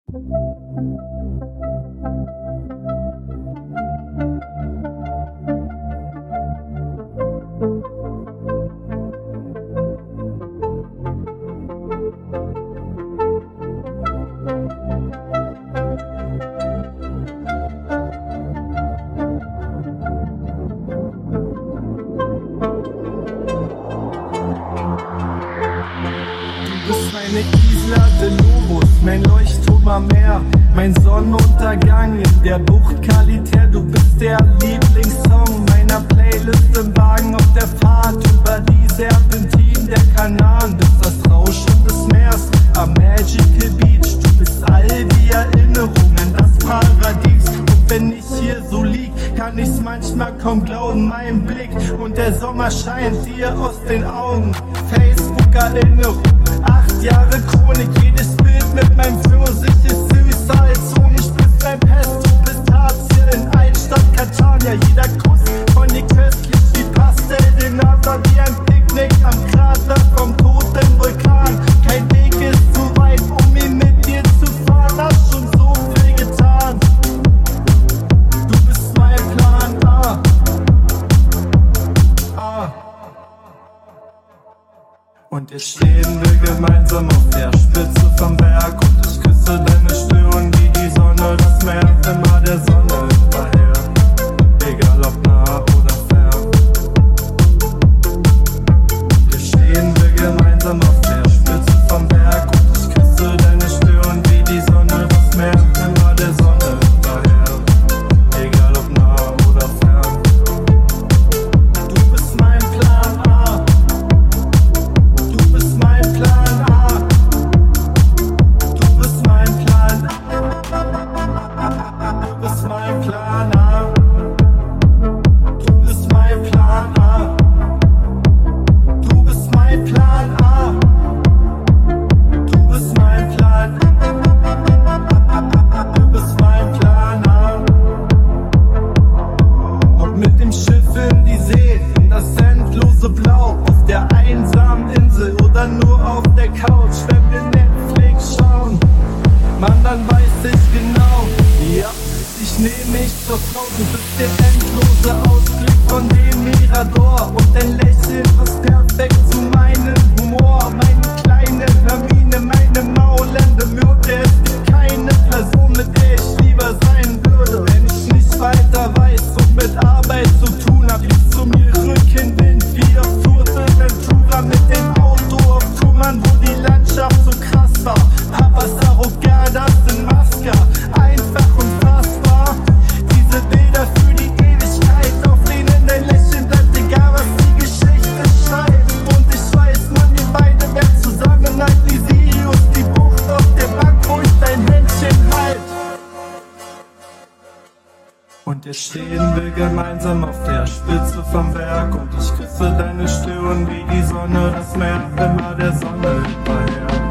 Du bist meine Isla de Lobos, mein Leuchtturm am Meer, mein Sonnenuntergang in der Bucht Kalitär. Du bist der Lieblingssong meiner Playlist im Wagen auf der Fahrt über die Serpentinen der Kanaren bis das Rauschen des Meers am Magical Beach. Du bist all die Erinnerung an das Paradies. Und wenn ich hier so lieg, kann ich's manchmal kaum glauben, mein Blick und der Sommer scheint dir aus den Augen. Facebook-Erinnerung, 8 Jahre Chronik, jedes Bild mit meinem Pfirsich ist süßer als Honig. Bist ein Pest, du bist Harz hier in Altstadt Catania. Jeder Kuss von dir köstlich wie Pastel de Nata, wie ein Picknick am Krater vom toten Vulkan. Kein Weg ist zu weit, um ihn mit dir zu fahren, hast schon so viel getan. Du bist mein Plan A. Und jetzt stehen wir gemeinsam auf der Spitze vom Berg und ich küsse deine Stirn wie die Sonne, das Meer, immer der Sonne hinterher, egal ob nah oder fern. Und jetzt stehen wir gemeinsam auf der Spitze vom Berg und ich küsse deine Stirn wie die Sonne, das Meer, immer der Sonne hinterher, egal ob nah oder fern. Du bist mein Plan A. Du bist mein Plan A. Du bist mein Plan A. Du bist mein Plan A. Du bist mein Plan A. Du bist mein Plan A. Du bist mein Plan A. Du bist mein Plan A. Ob mit dem Schiff in die See, in das endlose Blau, auf der einsamen Insel oder nur auf der Couch, wenn wir Netflix schauen, Mann, dann weiß ich genau, ja, ich nehme mich zur Frau. Du bist der endlose Ausblick von dem Mirador und dein Lächeln passt perfekt zu meinem Humor. Meine kleine Hermine, meine maulende Myrte, es gibt keine Person, mit der ich lieber sein würde. Wenn ich nicht weiter weiß und mit Arbeit zu tun hab, gibt's zu mir Rückenwind wie auf Fuerteventura mit dem Auto auf Tour, Mann, wo die Landschaft so krass war. Papas Arrogadas in Masca, einfach unfassbar. Diese Bilder für die Ewigkeit, auf denen dein Lächeln bleibt, egal was die Geschichte schreibt. Und ich weiß, Mann, wir beide werden zusammen nach Lysius, die Bucht auf der Bank, wo ich dein Händchen halt. Und jetzt stehen wir gemeinsam auf der Spitze vom Berg und ich küsse deine Stirn wie die Sonne, das Meer, immer der Sonne hinterher.